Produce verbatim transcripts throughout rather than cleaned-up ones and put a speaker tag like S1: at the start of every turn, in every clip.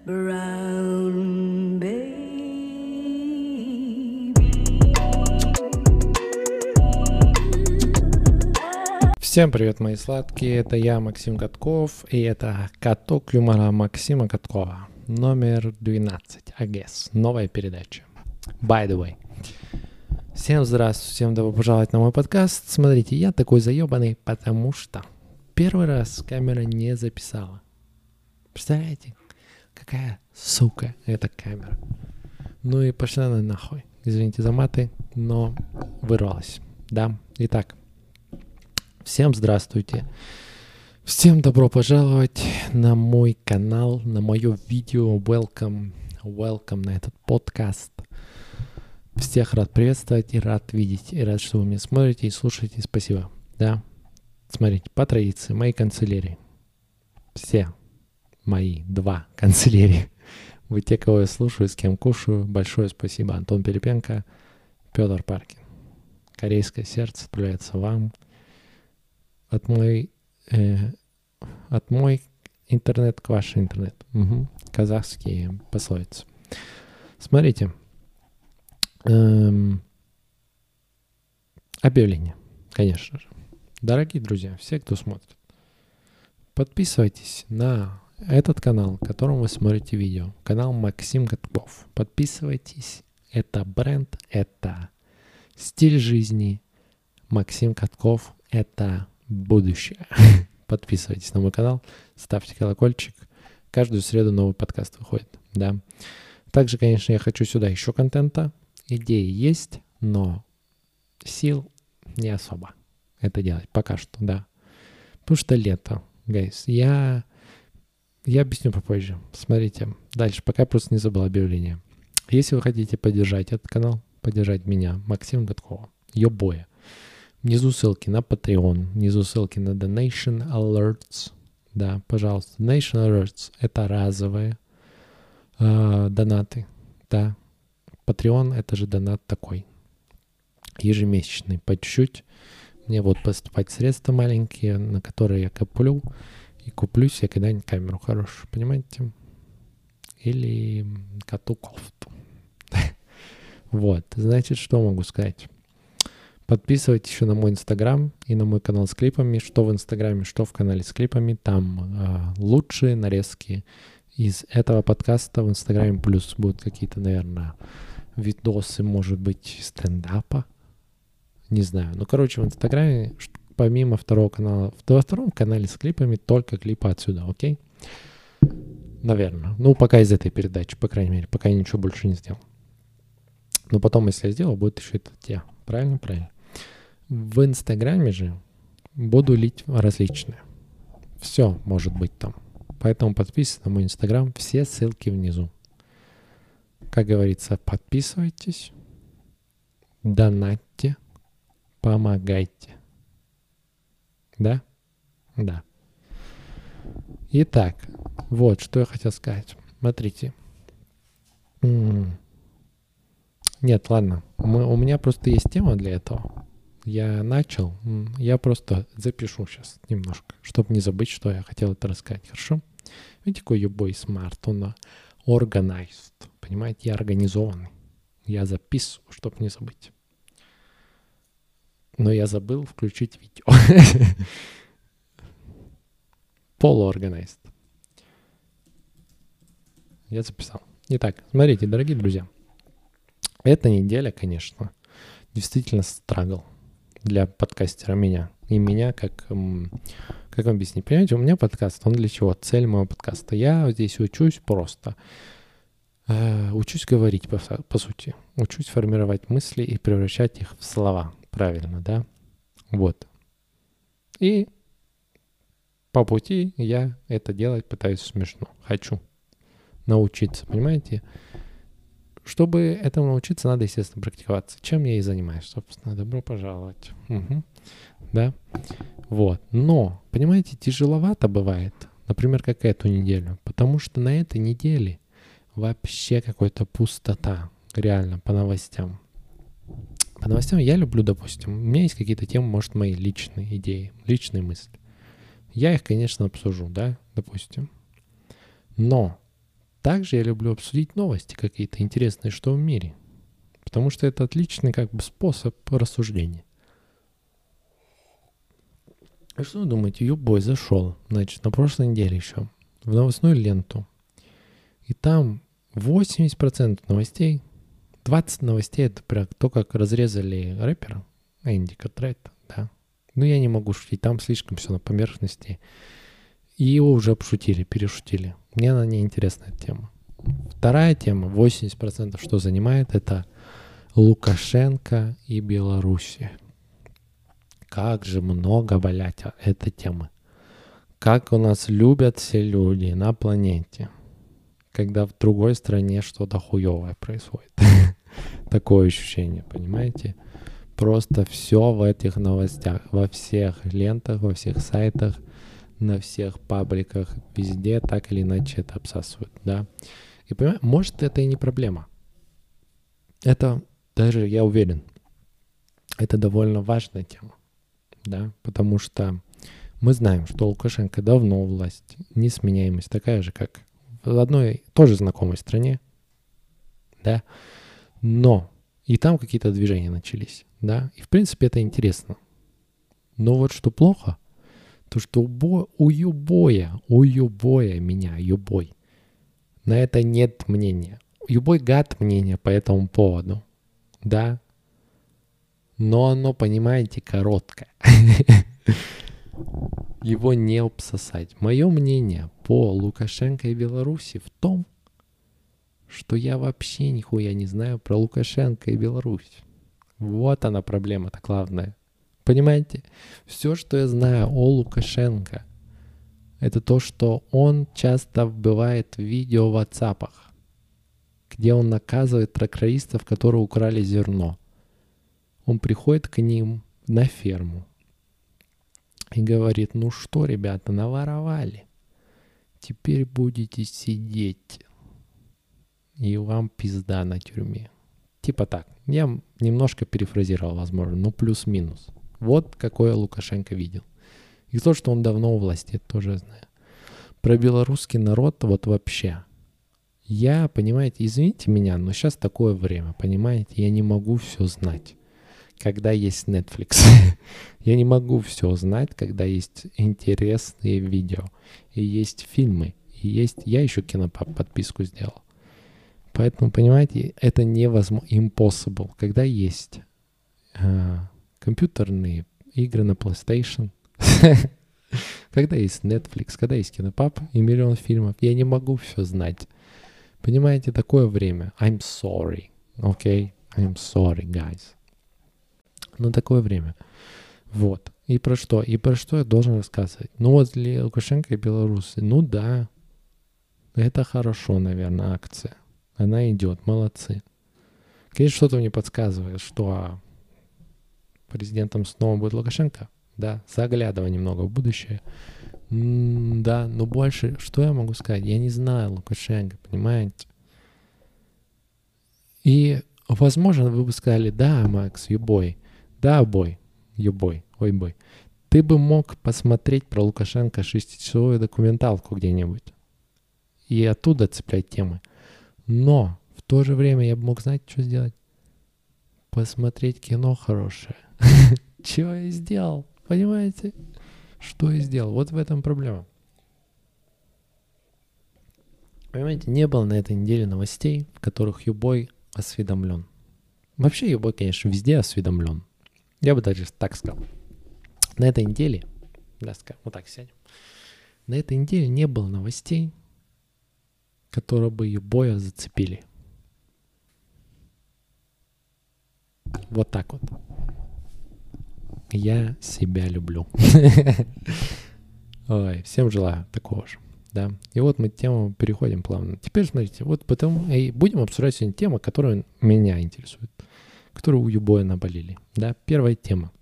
S1: brown baby.
S2: Всем привет, мои сладкие, это я, Максим Катков, и это «Каток юмора» Максима Каткова, номер двенадцать, I guess, новая передача. By the way. Всем здравствуйте, всем добро пожаловать на мой подкаст. Смотрите, я такой заебанный, потому что первый раз камера не записала. Представляете, какая сука эта камера. Ну и пошла она нахуй. Извините за маты, но вырвалась. Да, итак. Всем здравствуйте. Всем добро пожаловать на мой канал, на мое видео. Welcome, welcome на этот подкаст. Всех рад приветствовать и рад видеть. И рад, что вы меня смотрите и слушаете. Спасибо. Да. Смотрите, по традиции, мои канцелярии. Все мои два канцелярии. Вы те, кого я слушаю, с кем кушаю. Большое спасибо. Антон Перепенко, Петр Паркин. Корейское сердце отправляется вам. От мой, э, от мой интернет к ваш интернет. Угу. Казахские пословицы. Смотрите. Эм, объявление, конечно же. Дорогие друзья, все, кто смотрит, подписывайтесь на этот канал, в котором вы смотрите видео. Канал Максим Катков. Подписывайтесь. Это бренд, это стиль жизни. Максим Катков — это будущее. Подписывайтесь на мой канал, ставьте колокольчик. Каждую среду новый подкаст выходит, да. Также, конечно, я хочу сюда еще контента. Идеи есть, но сил не особо это делать пока что, да. Потому что лето, гайс. Я, я объясню попозже. Смотрите, дальше, пока я просто не забыл объявление. Если вы хотите поддержать этот канал, поддержать меня, Максима Каткова, ёбоя. Внизу ссылки на Patreon, внизу ссылки на Donation Alerts. Да, пожалуйста. Donation Alerts — это разовые э, донаты. Да. Patreon — это же донат такой. Ежемесячный, по чуть-чуть. Мне вот поступать средства маленькие, на которые я коплю. И куплю себе когда-нибудь камеру хорошую, понимаете? Или коту кофту. Вот, значит, что могу сказать? Подписывайтесь еще на мой инстаграм и на мой канал с клипами. Что в инстаграме, что в канале с клипами. Там э, лучшие нарезки из этого подкаста в инстаграме. Плюс будут какие-то, наверное, видосы, может быть, стендапа. Не знаю. Ну, короче, в инстаграме, помимо второго канала, во втором канале с клипами только клипы отсюда, окей? Наверное. Ну, пока из этой передачи, по крайней мере. Пока я ничего больше не сделал. Но потом, если я сделал, будет еще это те. Правильно? Правильно. В инстаграме же буду лить различные. Все может быть там. Поэтому подписывайтесь на мой инстаграм. Все ссылки внизу. Как говорится, подписывайтесь, донатьте, помогайте. Да? Да. Итак, вот что я хотел сказать. Смотрите. М-м. Нет, ладно. Мы, у меня просто есть тема для этого. Я начал. Я просто запишу сейчас немножко, чтобы не забыть, что я хотел это рассказать. Хорошо? Видите, какой любой смарт, он organized. Понимаете, я организованный. Я записываю, чтобы не забыть. Но я забыл включить видео. Полуорганайзд. Я записал. Итак, смотрите, дорогие друзья. Эта неделя, конечно, действительно страгл для подкастера меня. И меня, как, как вам объяснить? Понимаете, у меня подкаст, он для чего? Цель моего подкаста. Я здесь учусь просто. Э, учусь говорить, по, по сути. Учусь формировать мысли и превращать их в слова. Правильно, да? Вот. И по пути я это делать пытаюсь смешно. Хочу научиться, понимаете? Чтобы этому научиться, надо, естественно, практиковаться. Чем я и занимаюсь, собственно. Добро пожаловать. Угу. Да? Вот. Но, понимаете, тяжеловато бывает. Например, как эту неделю. Потому что на этой неделе вообще какая-то пустота. Реально, по новостям. По новостям я люблю, допустим, у меня есть какие-то темы, может, мои личные идеи, личные мысли. Я их, конечно, обсужу, да, допустим. Но Также я люблю обсудить новости какие-то интересные, что в мире. Потому что это отличный как бы способ рассуждения. А что вы думаете, Юбой зашел, значит, на прошлой неделе еще в новостную ленту. И там восемьдесят процентов новостей, двадцать новостей, это прям то, как разрезали рэпера Энди Картрайта, да. Ну, я не могу шутить, там слишком все на поверхности. И его уже обшутили, перешутили. Мне она не интересная тема. Вторая тема, восемьдесят процентов что занимает, это Лукашенко и Белоруссия. Как же много, блядь, этой темы. Как у нас любят все люди на планете, когда в другой стране что-то хуевое происходит. Такое ощущение, понимаете? Просто все в этих новостях, во всех лентах, во всех сайтах, на всех пабликах, везде так или иначе это обсасывают, да. И понимаете, может, это и не проблема. Это даже, я уверен, это довольно важная тема, да, потому что мы знаем, что Лукашенко давно власть, несменяемость такая же, как в одной тоже знакомой стране, да, но и там какие-то движения начались, да, и в принципе это интересно. Но вот что плохо, то что у, бо, у Юбоя, у Юбоя меня, Юбой, на это нет мнения. Юбой гад мнения по этому поводу, да, но оно, понимаете, короткое. Его не обсосать. Мое мнение по Лукашенко и Беларуси в том, что я вообще нихуя не знаю про Лукашенко и Беларусь. Вот она проблема-то главная. Понимаете? Все, что я знаю о Лукашенко, это то, что он часто бывает в видео в WhatsApp, где он наказывает трактористов, которые украли зерно. Он приходит к ним на ферму и говорит: ну что, ребята, наворовали, теперь будете сидеть, и вам пизда на тюрьме. Типа так. Я немножко перефразировал, возможно, но плюс-минус. Вот какое Лукашенко видел. И то, что он давно у власти, это тоже знаю. Про белорусский народ вот вообще. Я, понимаете, извините меня, но сейчас такое время, понимаете, я не могу все знать, когда есть Netflix. Я не могу все знать, когда есть интересные видео, и есть фильмы, и есть... Я еще кинопап подписку сделал. Поэтому, понимаете, это невозможно, impossible. Когда есть э, компьютерные игры на PlayStation, когда есть Netflix, когда есть кинопап и миллион фильмов, я не могу все знать. Понимаете, такое время. I'm sorry, okay? I'm sorry, guys. Но такое время. Вот. И про что? И про что я должен рассказывать? Ну вот для Лукашенко и белорусы. Ну да, это хорошо, наверное, акция. Она идет, молодцы. Конечно, что-то мне подсказывает, что президентом снова будет Лукашенко. Да, заглядывая немного в будущее. М- да, но больше, что я могу сказать? Я не знаю Лукашенко, понимаете? И, возможно, вы бы сказали: да, Макс, Юбой, да, бой, Юбой, ой, бой. Ты бы мог посмотреть про Лукашенко шестичасовую документалку где-нибудь и оттуда цеплять темы. Но в то же время я бы мог, знать, что сделать? Посмотреть кино хорошее. Чего я сделал? Понимаете? Что я сделал? Вот в этом проблема. Понимаете, не было на этой неделе новостей, в которых Юбой осведомлен. Вообще Юбой, конечно, везде осведомлен. Я бы даже так сказал. На этой неделе, да, вот так сядем. На этой неделе не было новостей, которые бы Юбоя зацепили. Вот так вот. Я себя люблю. Ой, всем желаю такого же. Да. И вот мы тему переходим плавно. Теперь смотрите, вот потом и будем обсуждать сегодня тему, которая меня интересует, которую у Юбоя наболели. Да. Первая тема.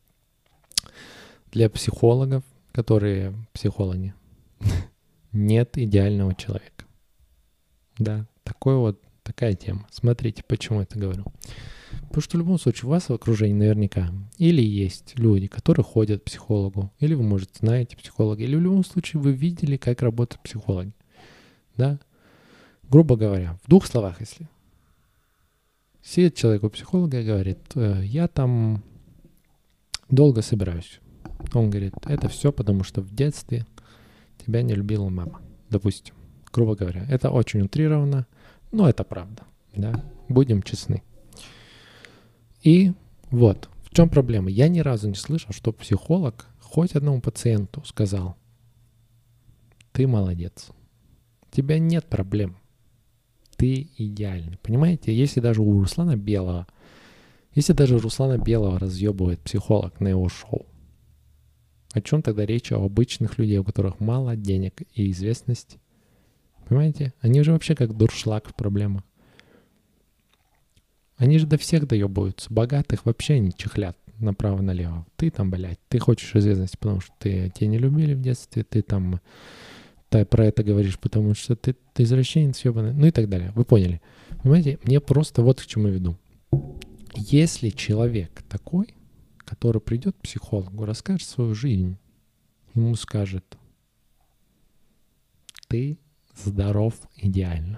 S2: Для психологов, которые психологи, нет идеального человека. Да, такой вот, такая тема. Смотрите, почему я это говорю. Потому что в любом случае у вас в окружении наверняка или есть люди, которые ходят к психологу, или вы, может, знаете психолога, или в любом случае вы видели, как работают психологи. Да? Грубо говоря, в двух словах, если сидит человек у психолога и говорит, я там долго собираюсь. Он говорит, это все потому, что в детстве тебя не любила мама. Допустим, грубо говоря. Это очень утрировано, но это правда. Да? Будем честны. И вот, в чем проблема? Я ни разу не слышал, что психолог хоть одному пациенту сказал, ты молодец. У тебя нет проблем. Ты идеальный. Понимаете, если даже у Руслана Белого, если даже Руслана Белого разъебывает психолог на его шоу, о чем тогда речь о обычных людей, у которых мало денег и известности? Понимаете? Они же вообще как дуршлаг в проблемах. Они же до всех доебываются. Богатых вообще не чихлят направо-налево. Ты там, блядь, ты хочешь известности, потому что ты, тебя не любили в детстве, ты там ты про это говоришь, потому что ты, ты извращенец ебаный, ну и так далее. Вы поняли? Понимаете? Мне просто вот к чему я веду. Если человек такой, который придет к психологу, расскажет свою жизнь, ему скажет, ты здоров идеально.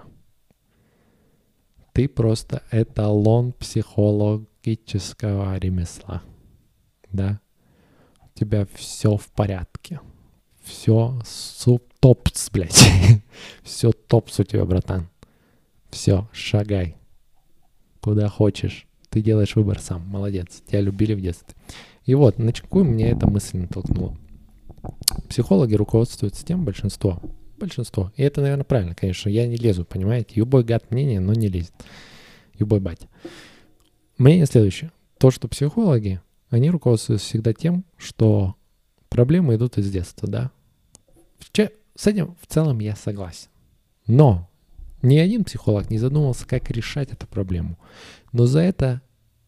S2: Ты просто эталон психологического ремесла. Да? У тебя все в порядке. Все топс, блядь. Все топс у тебя, братан. Все, шагай. Куда хочешь. Ты делаешь выбор сам. Молодец. Тебя любили в детстве. И вот, на какую меня эта мысль натолкнула. Психологи руководствуются тем, большинство, большинство, и это, наверное, правильно, конечно, я не лезу, понимаете, любой гад мнение, но не лезет, любой батя. Мнение следующее, то, что психологи, они руководствуются всегда тем, что проблемы идут из детства, да, с этим в целом я согласен, но ни один психолог не задумывался, как решать эту проблему, но за это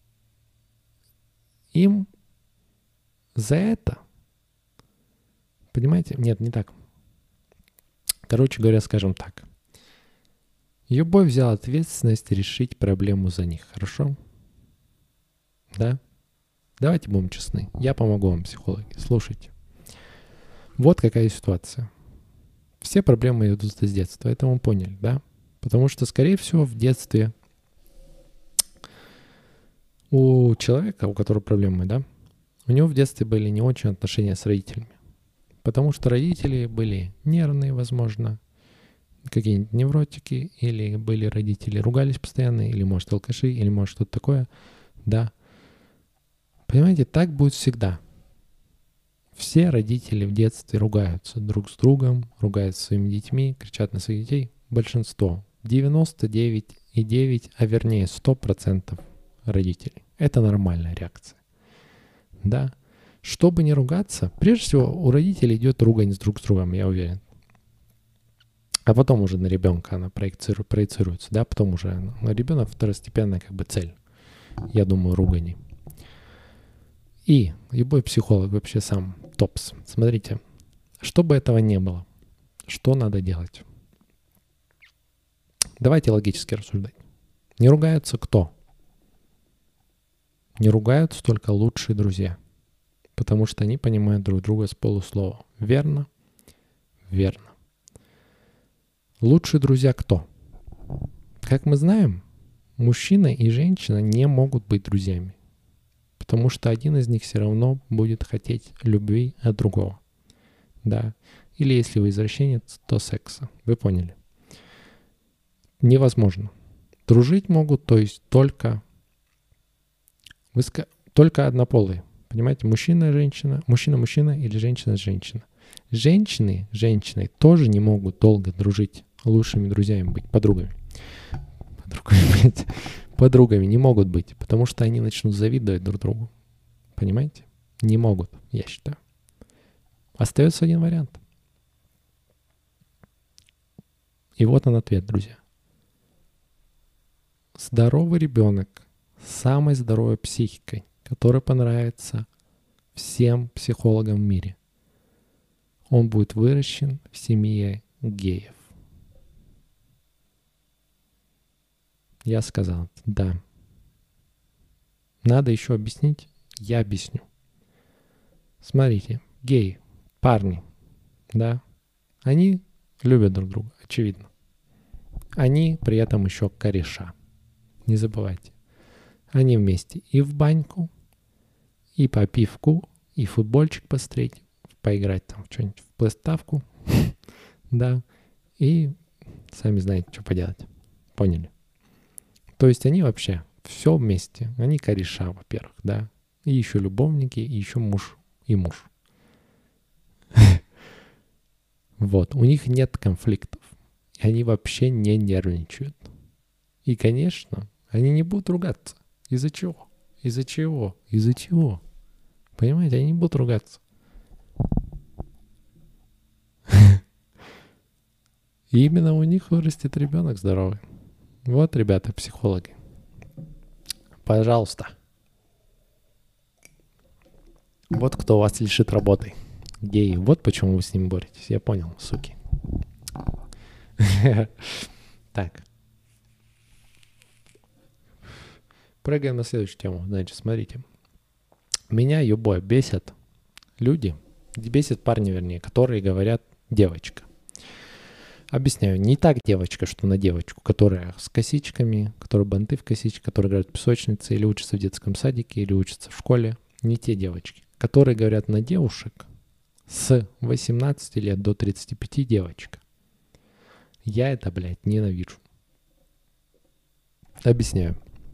S2: им, за это понимаете? Нет, не так. Короче говоря, скажем так. Любой взял ответственность решить проблему за них. Хорошо? Да? Давайте будем честны. Я помогу вам, психологи. Слушайте. Вот какая ситуация. Все проблемы идут из детства. Это мы поняли, да? Потому что, скорее всего, в детстве у человека, у которого проблемы, да, у него в детстве были не очень отношения с родителями. Потому что родители были нервные, возможно, какие-нибудь невротики, или были родители, ругались постоянно, или, может, алкаши, или, может, что-то такое. Да. Понимаете, так будет всегда. Все родители в детстве ругаются друг с другом, ругаются своими детьми, кричат на своих детей. Большинство. девяносто девять и девять, а вернее сто процентов родителей. Это нормальная реакция. Да. Чтобы не ругаться, прежде всего у родителей идет ругань с друг с другом, я уверен. А потом уже на ребенка она проециру, проецируется, да, потом уже на ребенок второстепенная как бы цель, я думаю, ругани. И любой психолог вообще сам топс. Смотрите, чтобы этого не было, что надо делать? Давайте логически рассуждать. Не ругаются кто? Не ругаются только лучшие друзья. Потому что они понимают друг друга с полуслова. Верно? Верно. Лучшие друзья кто? Как мы знаем, мужчина и женщина не могут быть друзьями. Потому что один из них все равно будет хотеть любви от другого. Да. Или если вы извращенец, то секса. Вы поняли? Невозможно. Дружить могут, то есть только, только однополые. Понимаете, мужчина, женщина, мужчина, мужчина или женщина, женщина. Женщины, женщины тоже не могут долго дружить, лучшими друзьями быть, подругами. Подругами, блядь, подругами не могут быть, потому что они начнут завидовать друг другу. Понимаете? Не могут, я считаю. Остается один вариант. И вот он ответ, друзья. Здоровый ребенок с самой здоровой психикой, который понравится всем психологам в мире. Он будет выращен в семье геев. Я сказал, да. Надо еще объяснить? Я объясню. Смотрите, геи, парни, да, они любят друг друга, очевидно. Они при этом еще кореша. Не забывайте. Они вместе и в баньку, и по пивку, и футбольчик посмотреть, поиграть там в что-нибудь, в приставку, да, и сами знаете, что поделать. Поняли? То есть они вообще все вместе. Они кореша, во-первых, да, и еще любовники, и еще муж и муж. Вот, у них нет конфликтов. И они вообще не нервничают. И, конечно, они не будут ругаться. Из-за чего? Из-за чего? Из-за чего? Понимаете, они не будут ругаться. И именно у них вырастет ребенок здоровый. Вот, ребята, психологи. Пожалуйста. Вот кто вас лишит работы. Геи. Вот почему вы с ним боретесь. Я понял, суки. Так. Прыгаем на следующую тему. Значит, смотрите. Меня, юбой, бесят люди, бесят парни, вернее, которые говорят «девочка». Объясняю. Не так девочка, что на девочку, которая с косичками, которая банты в косичках, которая играет в песочнице, или учится в детском садике, или учится в школе. Не те девочки, которые говорят на девушек с восемнадцати лет до тридцати пяти девочка. Я это, блядь, ненавижу. Объясняю.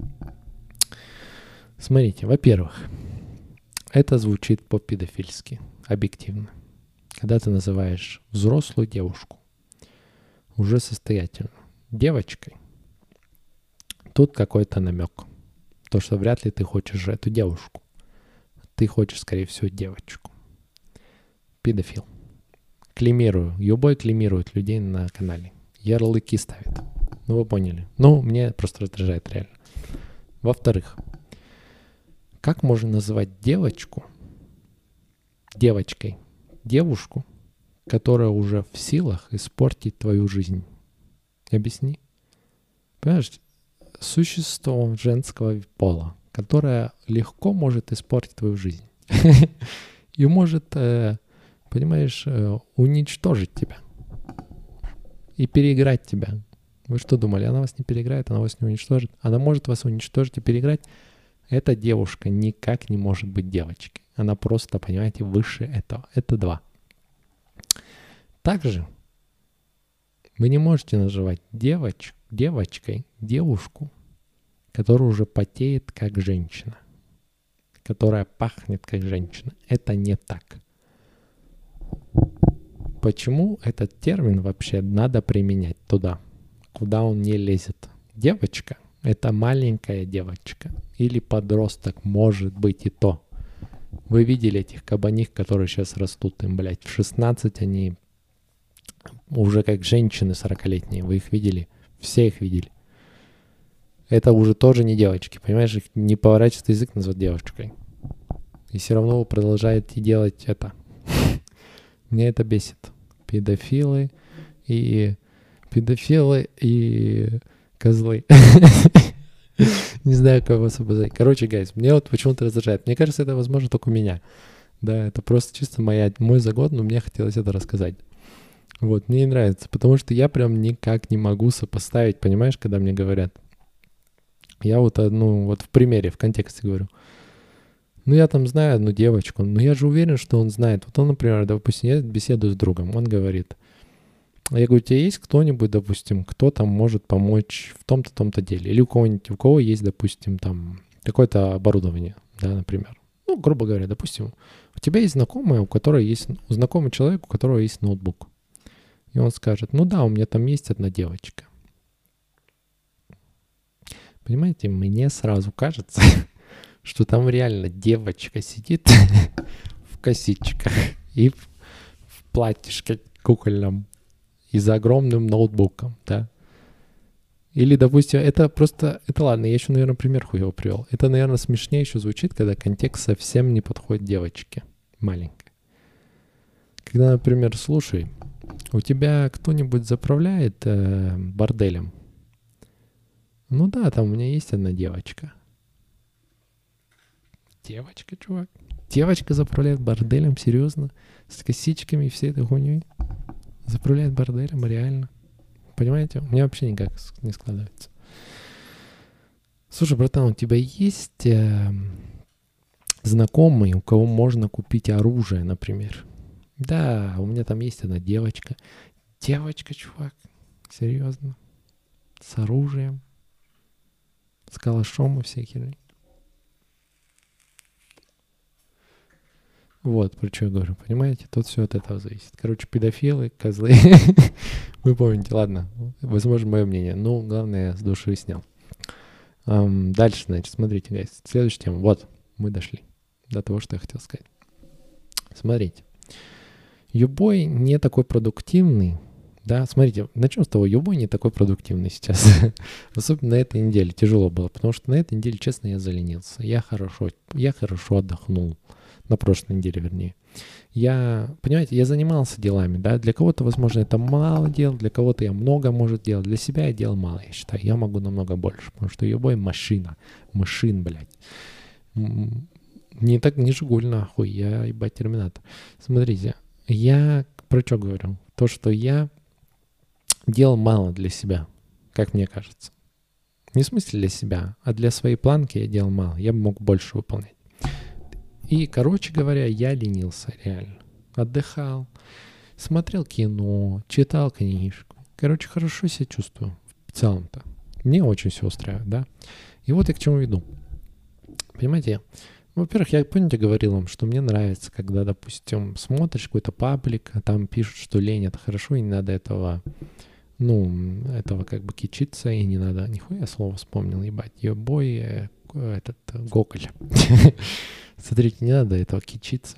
S2: Смотрите, во-первых, это звучит по-педофильски, объективно. Когда ты называешь взрослую девушку, уже состоятельную, девочкой, тут какой-то намек. То, что вряд ли ты хочешь эту девушку. Ты хочешь, скорее всего, девочку. Педофил. Клеймирую. Юбой клеймирует людей на канале. Ярлыки ставит. Ну, вы поняли. Ну, мне просто раздражает реально. Во-вторых, как можно называть девочку, девочкой, девушку, которая уже в силах испортить твою жизнь? Объясни. Понимаешь, существо женского пола, которое легко может испортить твою жизнь. И может, понимаешь, уничтожить тебя. И переиграть тебя. Вы что думали, она вас не переиграет, она вас не уничтожит? Она может вас уничтожить и переиграть? Эта девушка никак не может быть девочкой. Она просто, понимаете, выше этого. Это два. Также вы не можете называть девоч, девочкой девушку, которая уже потеет как женщина, которая пахнет как женщина. Это не так. Почему этот термин вообще надо применять туда, куда он не лезет? Девочка — это маленькая девочка или подросток, может быть и то. Вы видели этих кабаних, которые сейчас растут, им, блядь, в шестнадцать они уже как женщины сорокалетние. Вы их видели? Все их видели. Это уже тоже не девочки, понимаешь? Их не поворачивается язык назвать девочкой. И все равно вы продолжаете делать это. Меня это бесит. Педофилы и... Педофилы и... Козлы. Не знаю, как вас обозвать. Короче, гайз, мне вот почему-то раздражает. Мне кажется, это возможно только у меня. Да, это просто чисто моя, мой загон, но мне хотелось это рассказать. Вот, мне не нравится, потому что я прям никак не могу сопоставить, понимаешь, когда мне говорят. Я вот одну, вот в примере, в контексте говорю. Ну, я там знаю одну девочку, но я же уверен, что он знает. Вот он, например, допустим, я беседую с другом, он говорит... Я говорю, у тебя есть кто-нибудь, допустим, кто там может помочь в том-то, том-то деле? Или у кого-нибудь, у кого есть, допустим, там какое-то оборудование, да, например. Ну, грубо говоря, допустим, у тебя есть знакомая, у которой есть, знакомый человек, у которого есть ноутбук. И он скажет, ну да, у меня там есть одна девочка. Понимаете, мне сразу кажется, что там реально девочка сидит в косичках и в платьишке кукольном. И за огромным ноутбуком, да. Или, допустим, это просто... Это ладно, я еще, наверное, пример хуево привел. Это, наверное, смешнее еще звучит, когда контекст совсем не подходит девочке маленькой. Когда, например, слушай, у тебя кто-нибудь заправляет э, борделем? Ну да, там у меня есть одна девочка. Девочка, чувак. Девочка заправляет борделем, серьезно? С косичками и всей этой хуйней? Заправляет борделем, реально. Понимаете? У меня вообще никак не складывается. Слушай, братан, у тебя есть э, знакомые, у кого можно купить оружие, например? Да, у меня там есть одна девочка. Девочка, чувак. Серьезно. С оружием. С калашом и всей херней. Вот, про что я говорю, понимаете? Тут все от этого зависит. Короче, педофилы, козлы. Вы помните, ладно. Возможно, мое мнение. Ну, главное, я с души снял. Um, дальше, значит, смотрите, guys. Следующая тема. Вот, мы дошли до того, что я хотел сказать. Смотрите. Юбой не такой продуктивный. Да, смотрите, начнем с того, Юбой не такой продуктивный сейчас. Особенно на этой неделе тяжело было, потому что на этой неделе, честно, я заленился. Я хорошо, я хорошо отдохнул. На прошлой неделе, вернее. Я, понимаете, я занимался делами, да. Для кого-то, возможно, это мало дел, для кого-то я много, может, делать. Для себя я делал мало, я считаю. Я могу намного больше, потому что Юбой машина. Машин, блядь. Не так, не Жигуль, нахуй. Я, ебать, терминатор. Смотрите, я про что говорю? То, что я делал мало для себя, как мне кажется. Не в смысле для себя, а для своей планки я делал мало. Я бы мог больше выполнять. И, короче говоря, я ленился реально. Отдыхал, смотрел кино, читал книжку. Короче, хорошо себя чувствую в целом-то. Мне очень все устраивает, да? И вот я к чему веду. Понимаете, во-первых, я, помните, говорил вам, что мне нравится, когда, допустим, смотришь какой-то паблик, а там пишут, что лень — это хорошо, и не надо этого, ну, этого как бы кичиться, и не надо... Нихуя я слово вспомнил, ебать. Ёбой, э, этот, Гоголь. Смотрите, не надо этого кичиться.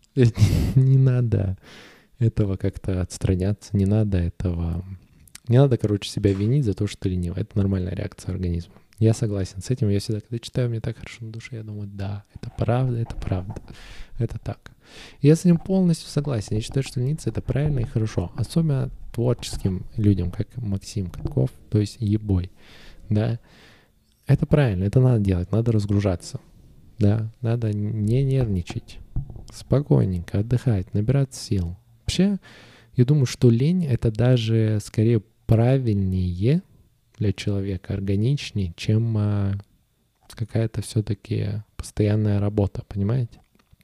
S2: Не надо этого как-то отстраняться. Не надо этого... Не надо, короче, себя винить за то, что ты ленивый. Это нормальная реакция организма. Я согласен с этим. Я всегда, когда читаю, мне так хорошо на душе. Я думаю, да, это правда, это правда. Это так. И я с ним полностью согласен. Я считаю, что лениться — это правильно и хорошо. Особенно творческим людям, как Максим Катков, то есть ебой. Да. Это правильно, это надо делать, надо разгружаться. Да, надо не нервничать, спокойненько отдыхать, набираться сил. Вообще, я думаю, что лень — это даже скорее правильнее для человека, органичнее, чем а, какая-то все-таки постоянная работа, понимаете?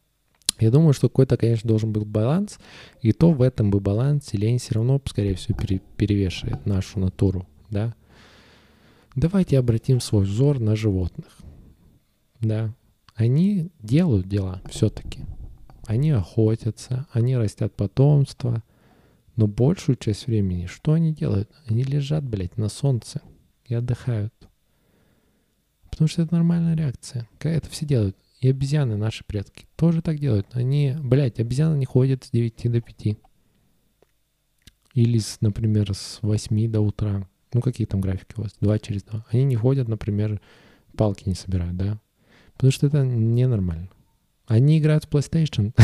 S2: Я думаю, что какой-то, конечно, должен быть баланс, и то в этом бы балансе лень все равно, скорее всего, пере- перевешивает нашу натуру, да? Давайте обратим свой взор на животных, да? Они делают дела все-таки. Они охотятся, они растят потомство. Но большую часть времени что они делают? Они лежат, блядь, на солнце и отдыхают. Потому что это нормальная реакция. Это все делают. И обезьяны, наши предки, тоже так делают. Они, блядь, обезьяны не ходят с девяти до пяти. Или, с, например, с восьми до утра. Ну, какие там графики у вас? Два через два. Они не ходят, например, палки не собирают, да? Потому что это ненормально. Они играют в PlayStation.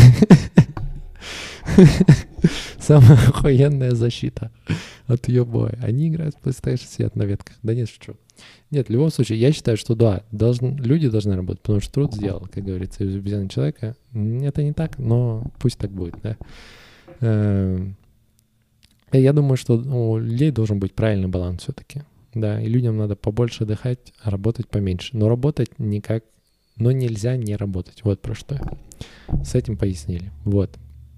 S2: Самая охуенная защита от ее боя. Они играют в PlayStation, сидят на ветках. Да нет, шучу. Нет, в любом случае, я считаю, что да, должен, люди должны работать, потому что труд сделал, как говорится, из обезьяны человека. Это не так, но пусть так будет, да. Я думаю, что у людей должен быть правильный баланс все-таки. Да, и людям надо побольше отдыхать, а работать поменьше. Но работать никак, но нельзя не работать. Вот про что я. С этим пояснили. Вот.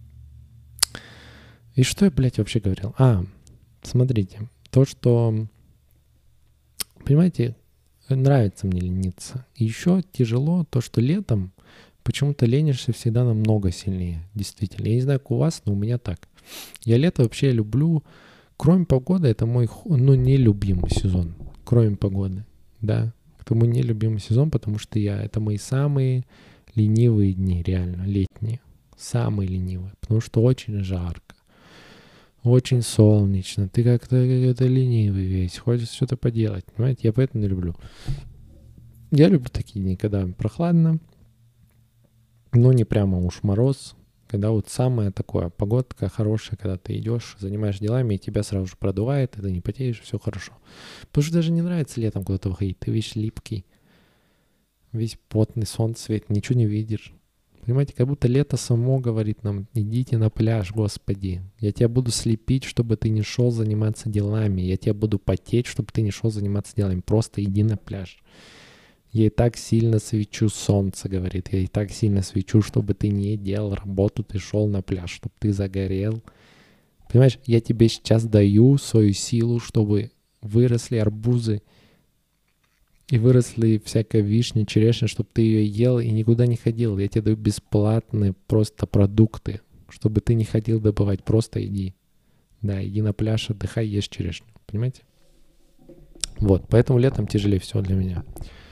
S2: И что я, блядь, вообще говорил? А, смотрите. То, что, понимаете, нравится мне лениться. И еще тяжело то, что летом почему-то ленишься всегда намного сильнее. Действительно. Я не знаю, как у вас, но у меня так. Я лето вообще люблю. Кроме погоды, это мой, ну, нелюбимый сезон. Кроме погоды, да. Это мой нелюбимый сезон, потому что я, это мои самые ленивые дни, реально, летние. Самые ленивые, потому что очень жарко. Очень солнечно. Ты как-то это ленивый весь. Хочешь что-то поделать, понимаете? Я поэтому не люблю. Я люблю такие дни, когда прохладно, но не прямо уж мороз. Когда вот самая такое погодка хорошая, когда ты идешь, занимаешь делами, и тебя сразу же продувает, и ты не потеешь, все хорошо. Потому что даже не нравится летом куда-то выходить. Ты весь липкий, весь потный, солнце светит, ничего не видишь. Понимаете, как будто лето само говорит нам, идите на пляж, Господи. Я тебя буду слепить, чтобы ты не шел заниматься делами. Я тебя буду потеть, чтобы ты не шел заниматься делами. Просто иди на пляж. Я и так сильно свечу, солнце говорит. Я и так сильно свечу, чтобы ты не делал работу, ты шел на пляж, чтобы ты загорел. Понимаешь, я тебе сейчас даю свою силу, чтобы выросли арбузы и выросли всякая вишня, черешня, чтобы ты ее ел и никуда не ходил. Я тебе даю бесплатные просто продукты, чтобы ты не ходил добывать. Просто иди. Да, иди на пляж, отдыхай, ешь черешню. Понимаете? Вот, поэтому летом тяжелее всего для меня.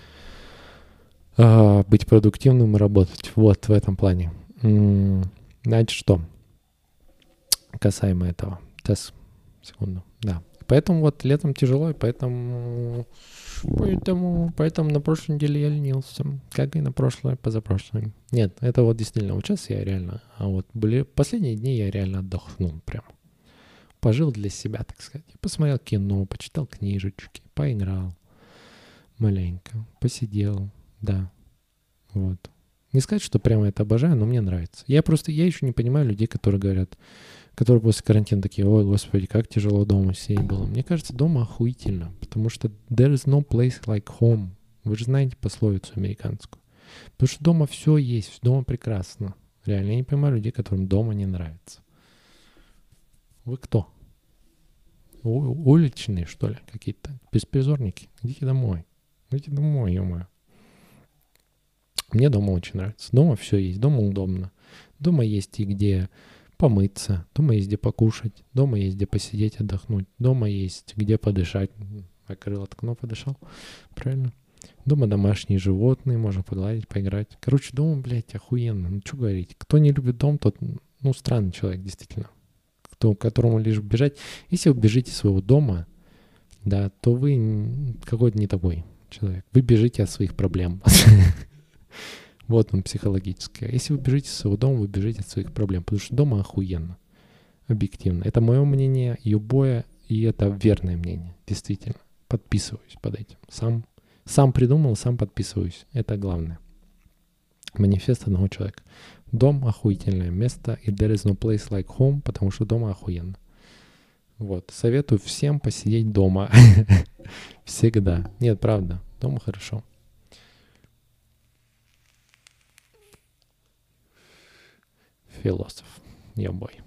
S2: А, быть продуктивным и работать. Вот в этом плане. Значит, что? Касаемо этого. Сейчас, секунду. Да. Поэтому вот летом тяжело, и поэтому, поэтому, поэтому на прошлой неделе я ленился. Как и на прошлой, позапрошлой. Нет, это вот действительно, вот сейчас я реально, а вот были последние дни я реально отдохнул прям. Пожил для себя, так сказать. Я посмотрел кино, почитал книжечки, поиграл маленько, посидел, да, вот. Не сказать, что прямо это обожаю, но мне нравится. Я просто, я еще не понимаю людей, которые говорят, которые после карантина такие, ой, господи, как тяжело дома сидеть было. Мне кажется, дома охуительно, потому что there is no place like home. Вы же знаете пословицу американскую. Потому что дома все есть, дома прекрасно. Реально, я не понимаю людей, которым дома не нравится. Вы кто? У- уличные, что ли, какие-то? Беспризорники? Идите домой. Идите домой, ё-моё. Мне дома очень нравится. Дома все есть, дома удобно. Дома есть и где помыться, дома есть где покушать, дома есть где посидеть, отдохнуть, дома есть где подышать. Открыл окно, подышал. Правильно? Дома домашние животные, можно погладить, поиграть. Короче, дома, блядь, охуенно. Ну, что говорить. Кто не любит дом, тот, ну, странный человек, действительно. Кто, которому лишь бежать. Если вы бежите из своего дома, да, то вы какой-то не такой человек. Вы бежите от своих проблем. Вот он психологическое. Если вы бежите из своего дома, вы бежите от своих проблем, потому что дома охуенно, объективно. Это мое мнение, Юбоя, и это верное мнение, действительно. Подписываюсь под этим. Сам, сам придумал, сам подписываюсь. Это главное. Манифест одного человека. Дом охуительное место, и there is no place like home, потому что дома охуенно. Вот. Советую всем посидеть дома. Всегда. Нет, правда. Дома хорошо. Философ. Ебой.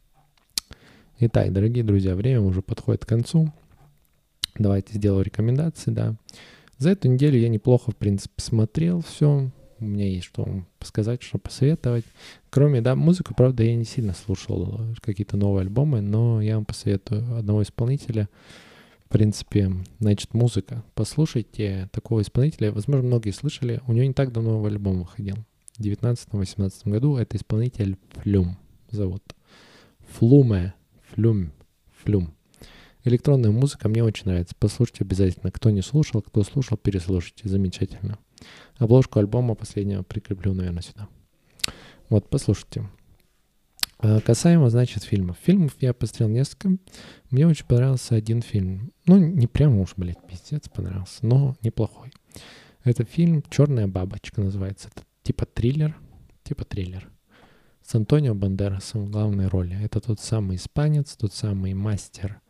S2: Итак, дорогие друзья, время уже подходит к концу. Давайте сделаю рекомендации, да. За эту неделю я неплохо, в принципе, смотрел все. У меня есть что вам сказать, что посоветовать. Кроме, да, музыку, правда, я не сильно слушал какие-то новые альбомы, но я вам посоветую одного исполнителя. В принципе, значит, музыка. Послушайте такого исполнителя. Возможно, многие слышали. У него не так давно новый альбом выходил. В девятнадцатом-восемнадцатом году. Это исполнитель Флюм зовут. Флуме. Флюм. Флюм. Электронная музыка мне очень нравится. Послушайте обязательно. Кто не слушал, кто слушал, переслушайте. Замечательно. Обложку альбома последнего прикреплю, наверное, сюда. Вот, послушайте. Касаемо, значит, фильмов. Фильмов я посмотрел несколько. Мне очень понравился один фильм. Ну, не прямо уж, блядь, пиздец понравился, но неплохой. Это фильм «Черная бабочка» называется. Это типа триллер. Типа триллер. С Антонио Бандерасом в главной роли. Это тот самый испанец, тот самый мастер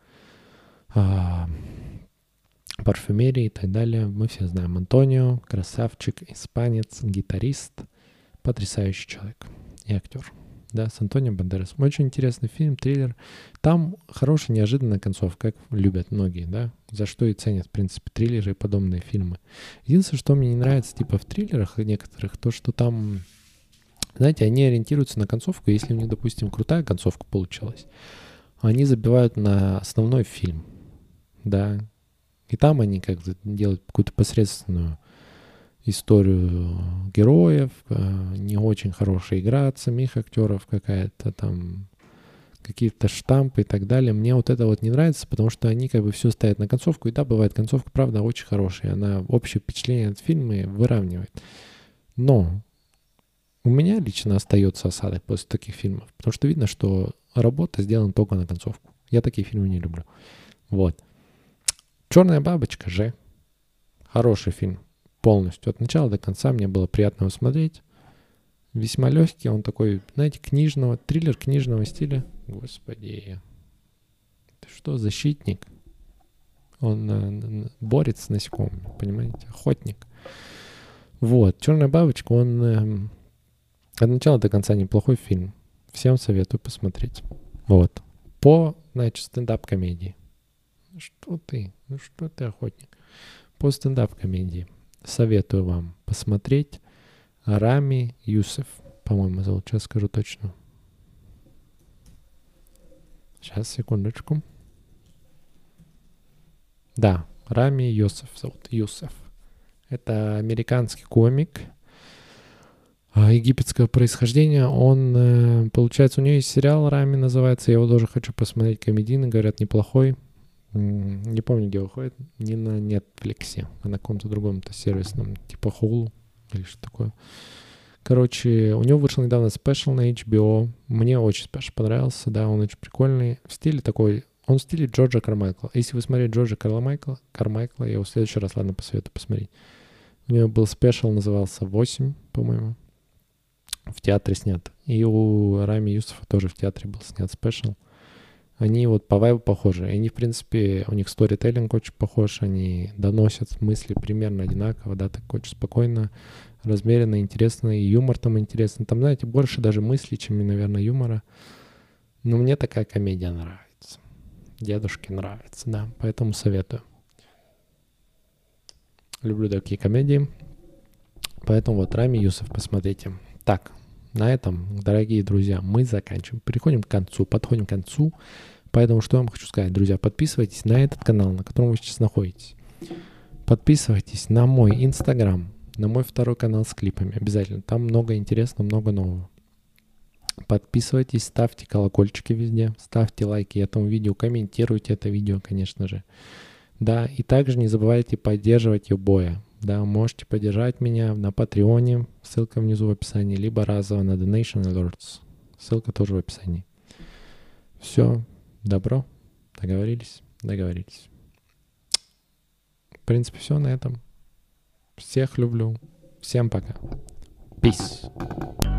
S2: а, парфюмерии и так далее. Мы все знаем Антонио, красавчик, испанец, гитарист, потрясающий человек и актер. Да, с Антонио Бандерасом. Очень интересный фильм, триллер. Там хорошая, неожиданная концовка, как любят многие, да, за что и ценят, в принципе, триллеры и подобные фильмы. Единственное, что мне не нравится, типа, в триллерах некоторых, то, что там, знаете, они ориентируются на концовку, если у них, допустим, крутая концовка получилась, они забивают на основной фильм, да, и там они как-то делают какую-то посредственную историю героев, не очень хорошая игра от самих актеров какая-то там, какие-то штампы и так далее. Мне вот это вот не нравится, потому что они как бы все ставят на концовку. И да, бывает, концовка, правда, очень хорошая. Она общее впечатление от фильма выравнивает. Но у меня лично остается осадок после таких фильмов, потому что видно, что работа сделана только на концовку. Я такие фильмы не люблю. Вот. «Черная бабочка» же. Хороший фильм. Полностью. От начала до конца мне было приятно его смотреть. Весьма легкий, он такой, знаете, книжного, триллер книжного стиля. Господи. Ты что, защитник? Он э, борется с насекомыми, понимаете? Охотник. Вот. «Черная бабочка», он э, от начала до конца неплохой фильм. Всем советую посмотреть. Вот. По, значит, стендап-комедии. Ну что ты? Ну что ты, охотник? По стендап-комедии советую вам посмотреть Рами Юсеф, по-моему, зовут. Сейчас скажу точно. Сейчас, секундочку. Да, Рами Юсеф зовут. Юсеф. Это американский комик египетского происхождения. Он, получается, у него есть сериал «Рами» называется. Я его тоже хочу посмотреть, комедийный, говорят, неплохой. Не помню, где выходит. Не на Netflix, а на каком-то другом-то сервисном, типа Hulu или что такое. Короче, у него вышел недавно спешл на эйч би о. Мне очень спешл понравился, да, он очень прикольный. В стиле такой, он в стиле Джорджа Кармайкла. Если вы смотрели Джорджа Кармайкла, Кармайкла, я его в следующий раз, ладно, посоветую посмотреть. У него был спешл, назывался восемь, по-моему. В театре снят. И у Рами Юсефа тоже в театре был снят спешл. Они вот по вайбу похожи. И они, в принципе, у них сторителлинг очень похож. Они доносят мысли примерно одинаково, да, так очень спокойно, размеренно, интересно. И юмор там интересный. Там, знаете, больше даже мыслей, чем, наверное, юмора. Но мне такая комедия нравится. Дедушке нравится, да. Поэтому советую. Люблю такие комедии. Поэтому вот Рами Юсеф, посмотрите. Так, на этом, дорогие друзья, мы заканчиваем. Переходим к концу, подходим к концу. Поэтому что я вам хочу сказать, друзья, подписывайтесь на этот канал, на котором вы сейчас находитесь. Подписывайтесь на мой Инстаграм, на мой второй канал с клипами. Обязательно. Там много интересного, много нового. Подписывайтесь, ставьте колокольчики везде, ставьте лайки этому видео, комментируйте это видео, конечно же. Да, и также не забывайте поддерживать Юбоя. Да, можете поддержать меня на Патреоне, ссылка внизу в описании, либо разово на Donation Alerts, ссылка тоже в описании. Все, добро, договорились, договорились. В принципе, все на этом. Всех люблю, всем пока. Peace.